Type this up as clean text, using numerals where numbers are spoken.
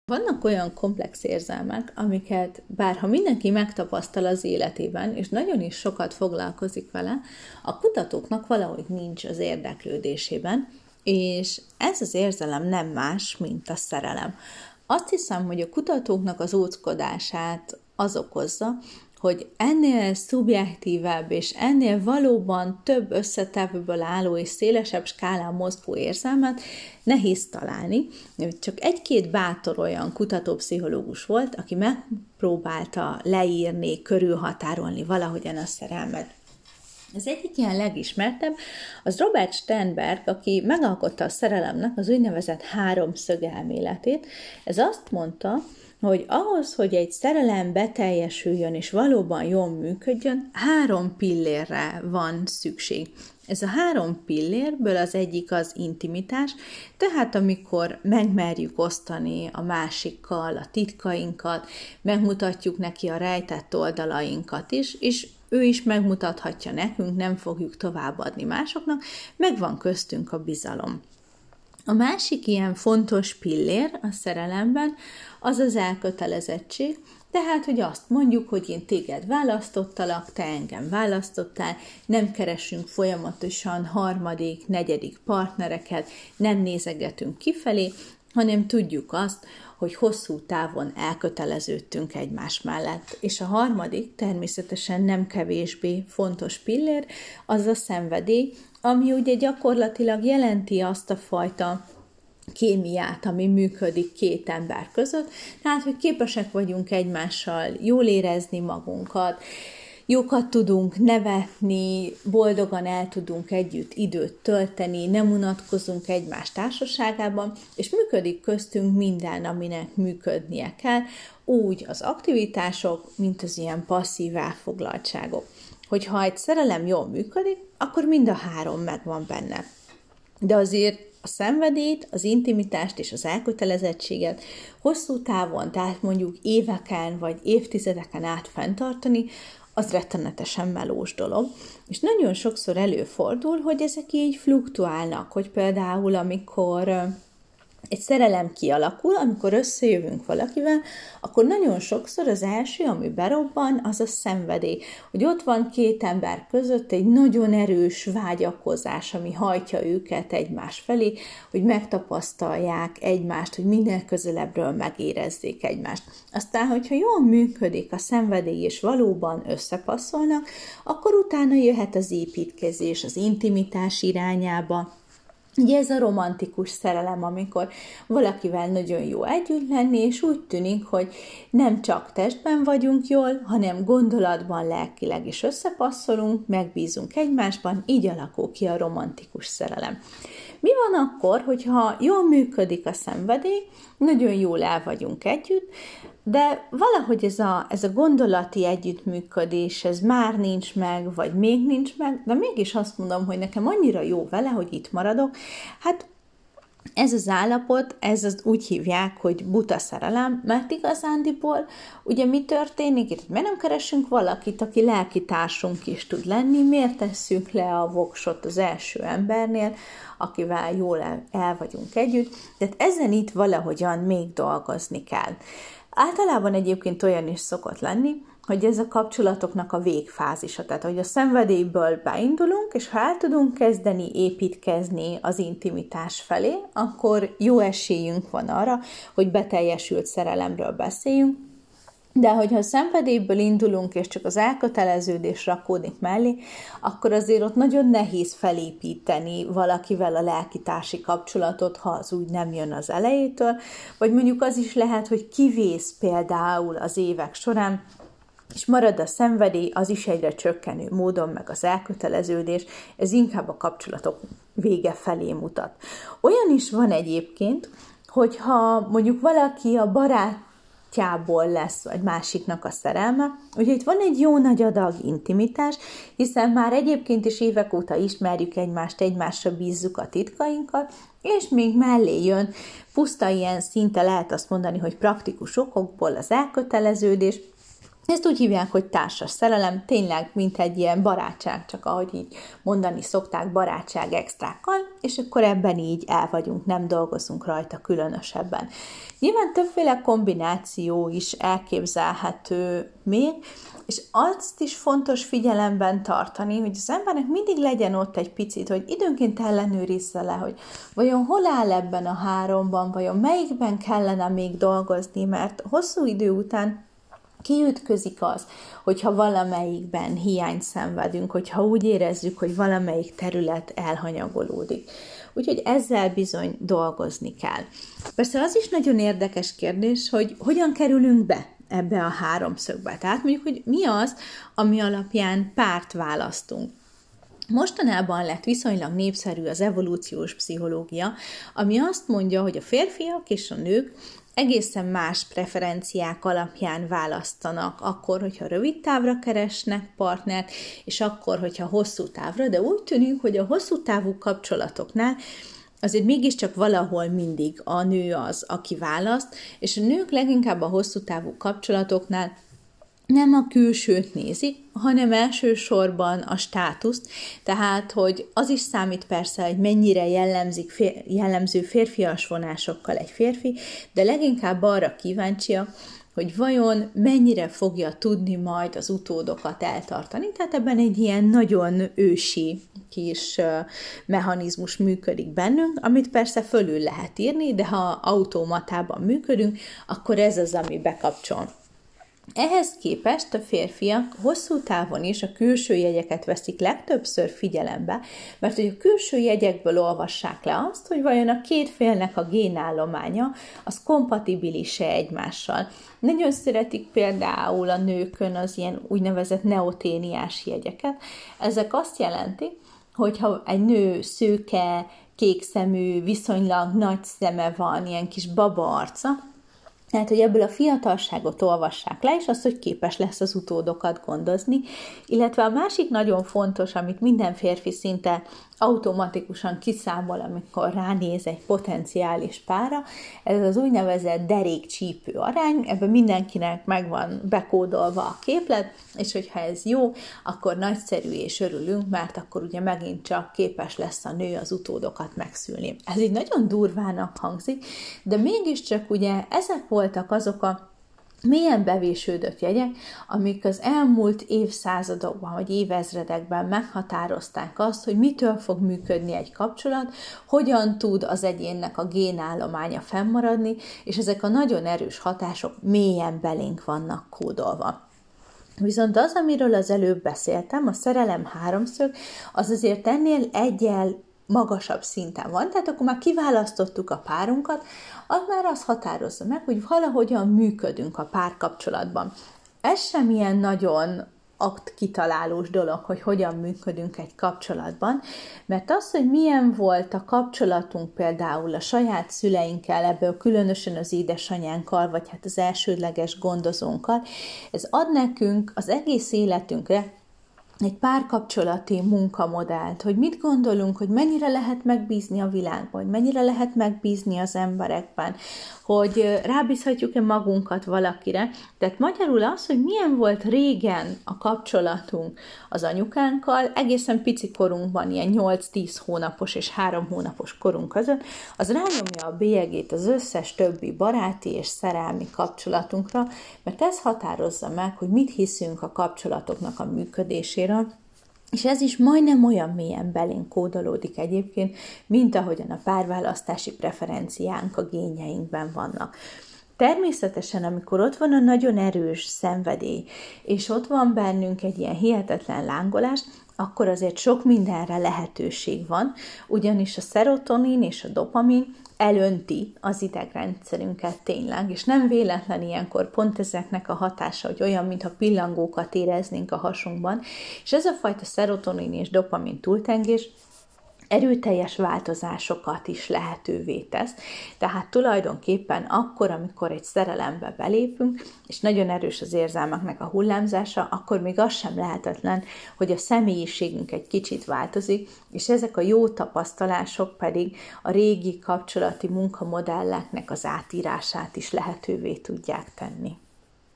Vannak olyan komplex érzelmek, amiket bárha mindenki megtapasztal az életében, és nagyon is sokat foglalkozik vele, a kutatóknak valahogy nincs az érdeklődésében, és ez az érzelem nem más, mint a szerelem. Azt hiszem, hogy a kutatóknak az óckodását az okozza, hogy ennél szubjektívebb és ennél valóban több összetevőből álló és szélesebb skálán mozgó érzelmet nehéz találni. Csak egy-két bátor olyan kutatópszichológus volt, aki megpróbálta leírni, körülhatárolni valahogyan a szerelmet. Az egyik ilyen legismertebb, az Robert Sternberg, aki megalkotta a szerelemnek az úgynevezett háromszög elméletét. Ez azt mondta, hogy ahhoz, hogy egy szerelem beteljesüljön és valóban jól működjön, 3 pillérre van szükség. Ez a 3 pillérből az egyik az intimitás, tehát amikor megmerjük osztani a másikkal a titkainkat, megmutatjuk neki a rejtett oldalainkat is, és ő is megmutathatja nekünk, nem fogjuk továbbadni másoknak, megvan köztünk a bizalom. A másik ilyen fontos pillér a szerelemben az az elkötelezettség, tehát, hogy azt mondjuk, hogy én téged választottalak, te engem választottál, nem keresünk folyamatosan harmadik, negyedik partnereket, nem nézegetünk kifelé, hanem tudjuk azt, hogy hosszú távon elköteleződtünk egymás mellett. És a harmadik, természetesen nem kevésbé fontos pillér, az a szenvedély, ami ugye gyakorlatilag jelenti azt a fajta kémiát, ami működik két ember között, tehát, hogy képesek vagyunk egymással jól érezni magunkat, jókat tudunk nevetni, boldogan el tudunk együtt időt tölteni, nem unatkozunk egymás társaságában, és működik köztünk minden, aminek működnie kell, úgy az aktivitások, mint az ilyen passzív elfoglaltságok. Hogyha egy szerelem jól működik, akkor mind a 3 megvan benne. De azért a szenvedélyt, az intimitást és az elkötelezettséget hosszú távon, tehát mondjuk éveken vagy évtizedeken át fenntartani, az rettenetesen melós dolog. És nagyon sokszor előfordul, hogy ezek így fluktuálnak, hogy például amikor egy szerelem kialakul, amikor összejövünk valakivel, akkor nagyon sokszor az első, ami berobban, az a szenvedély. Hogy ott van 2 ember között egy nagyon erős vágyakozás, ami hajtja őket egymás felé, hogy megtapasztalják egymást, hogy minél közelebbről megérezzék egymást. Aztán, hogyha jól működik a szenvedély, és valóban összepasszolnak, akkor utána jöhet az építkezés, az intimitás irányába. Ugye ez a romantikus szerelem, amikor valakivel nagyon jó együtt lenni, és úgy tűnik, hogy nem csak testben vagyunk jól, hanem gondolatban, lelkileg is összepasszolunk, megbízunk egymásban, így alakul ki a romantikus szerelem. Mi van akkor, hogyha jól működik a szenvedély, nagyon jól el vagyunk együtt, de valahogy ez a gondolati együttműködés, ez már nincs meg, vagy még nincs meg, de mégis azt mondom, hogy nekem annyira jó vele, hogy itt maradok. Hát ez az állapot, úgy hívják, hogy buta szerelem, mert igazándiból ugye mi történik itt? Miért nem keresünk valakit, aki lelkitársunk is tud lenni? Miért tesszük le a voksot az első embernél, akivel jól el vagyunk együtt? Tehát ezen itt valahogyan még dolgozni kell. Általában egyébként olyan is szokott lenni, hogy ez a kapcsolatoknak a végfázisa, tehát hogy a szenvedélyből beindulunk, és ha el tudunk kezdeni építkezni az intimitás felé, akkor jó esélyünk van arra, hogy beteljesült szerelemről beszéljünk, de hogyha a szenvedélyből indulunk, és csak az elköteleződés rakódik mellé, akkor azért ott nagyon nehéz felépíteni valakivel a lelkitársi kapcsolatot, ha az úgy nem jön az elejétől, vagy mondjuk az is lehet, hogy kivész például az évek során, és marad a szenvedély, az is egyre csökkenő módon, meg az elköteleződés, ez inkább a kapcsolatok vége felé mutat. Olyan is van egyébként, hogyha mondjuk valaki a barátjából lesz, vagy másiknak a szerelme, úgyhogy itt van egy jó nagy adag intimitás, hiszen már egyébként is évek óta ismerjük egymást, egymásra bízzuk a titkainkat, és még mellé jön puszta ilyen szinte lehet azt mondani, hogy praktikus okokból az elköteleződés, Ezt úgy hívják, hogy társas szerelem, tényleg, mint egy ilyen barátság, csak ahogy így mondani szokták, barátság extrákkal, és akkor ebben így el vagyunk, nem dolgozunk rajta különösebben. Nyilván többféle kombináció is elképzelhető még, és azt is fontos figyelemben tartani, hogy az embernek mindig legyen ott egy picit, hogy időnként ellenőrizze le, hogy vajon hol áll ebben a háromban, vajon melyikben kellene még dolgozni, mert hosszú idő után kiütközik az, hogyha valamelyikben hiányt szenvedünk, hogyha úgy érezzük, hogy valamelyik terület elhanyagolódik. Úgyhogy ezzel bizony dolgozni kell. Persze az is nagyon érdekes kérdés, hogy hogyan kerülünk be ebbe a háromszögbe. Tehát mondjuk, hogy mi az, ami alapján párt választunk. Mostanában lett viszonylag népszerű az evolúciós pszichológia, ami azt mondja, hogy a férfiak és a nők egészen más preferenciák alapján választanak, akkor, hogyha rövid távra keresnek partnert, és akkor, hogyha hosszú távra, de úgy tűnik, hogy a hosszú távú kapcsolatoknál azért mégiscsak valahol mindig a nő az, aki választ, és a nők leginkább a hosszú távú kapcsolatoknál nem a külsőt nézik, hanem elsősorban a státuszt, tehát, hogy az is számít persze, hogy mennyire jellemző férfias vonásokkal egy férfi, de leginkább arra kíváncsiak, hogy vajon mennyire fogja tudni majd az utódokat eltartani. Tehát ebben egy ilyen nagyon ősi kis mechanizmus működik bennünk, amit persze fölül lehet írni, de ha automatában működünk, akkor ez az, ami bekapcsol. Ehhez képest a férfiak hosszú távon is a külső jegyeket veszik legtöbbször figyelembe, mert hogy a külső jegyekből olvassák le azt, hogy vajon a két félnek a génállománya az kompatibilis-e egymással. Nagyon szeretik például a nőkön az ilyen úgynevezett neoténiás jegyeket. Ezek azt jelentik, hogyha egy nő szőke, kékszemű, viszonylag nagy szeme van, ilyen kis baba arca, tehát, hogy ebből a fiatalságot olvassák le, és az, hogy képes lesz az utódokat gondozni, illetve a másik nagyon fontos, amit minden férfi szinte automatikusan kiszámol, amikor ránéz egy potenciális pára, ez az úgynevezett derékcsípő arány, ebben mindenkinek megvan bekódolva a képlet, és hogyha ez jó, akkor nagyszerű és örülünk, mert akkor ugye megint csak képes lesz a nő az utódokat megszülni. Ez így nagyon durvának hangzik, de mégiscsak ugye ezek voltak azok a mélyen bevésődött jegyek, amik az elmúlt évszázadokban vagy évezredekben meghatározták azt, hogy mitől fog működni egy kapcsolat, hogyan tud az egyénnek a génállománya fennmaradni, és ezek a nagyon erős hatások mélyen belénk vannak kódolva. Viszont az, amiről az előbb beszéltem, a szerelem háromszög, az azért ennél egyel magasabb szinten van, tehát akkor már kiválasztottuk a párunkat, az már azt határozza meg, hogy valahogyan működünk a párkapcsolatban. Ez sem ilyen nagyon kitalálós dolog, hogy hogyan működünk egy kapcsolatban, mert az, hogy milyen volt a kapcsolatunk például a saját szüleinkkel, ebből különösen az édesanyánkkal, vagy hát az elsődleges gondozónkkal, ez ad nekünk az egész életünkre egy párkapcsolati munkamodellt, hogy mit gondolunk, hogy mennyire lehet megbízni a világban, hogy mennyire lehet megbízni az emberekben, hogy rábízhatjuk-e magunkat valakire. Tehát magyarul az, hogy milyen volt régen a kapcsolatunk az anyukánkkal, egészen pici korunkban, ilyen 8-10 hónapos és 3 hónapos korunk között, az rányomja a bélyegét az összes többi baráti és szerelmi kapcsolatunkra, mert ez határozza meg, hogy mit hiszünk a kapcsolatoknak a működéséről, és ez is majdnem olyan mélyen belénk kódolódik egyébként, mint ahogyan a párválasztási preferenciánk a génjeinkben vannak. Természetesen, amikor ott van a nagyon erős szenvedély, és ott van bennünk egy ilyen hihetetlen lángolás, akkor azért sok mindenre lehetőség van, ugyanis a szerotonin és a dopamin elönti az idegrendszerünket tényleg, és nem véletlen ilyenkor pont ezeknek a hatása, hogy olyan, mintha pillangókat éreznénk a hasunkban, és ez a fajta szerotonin és dopamin túltengés erőteljes változásokat is lehetővé tesz. Tehát tulajdonképpen akkor, amikor egy szerelembe belépünk, és nagyon erős az érzelmeknek a hullámzása, akkor még az sem lehetetlen, hogy a személyiségünk egy kicsit változik, és ezek a jó tapasztalások pedig a régi kapcsolati munkamodelleknek az átírását is lehetővé tudják tenni.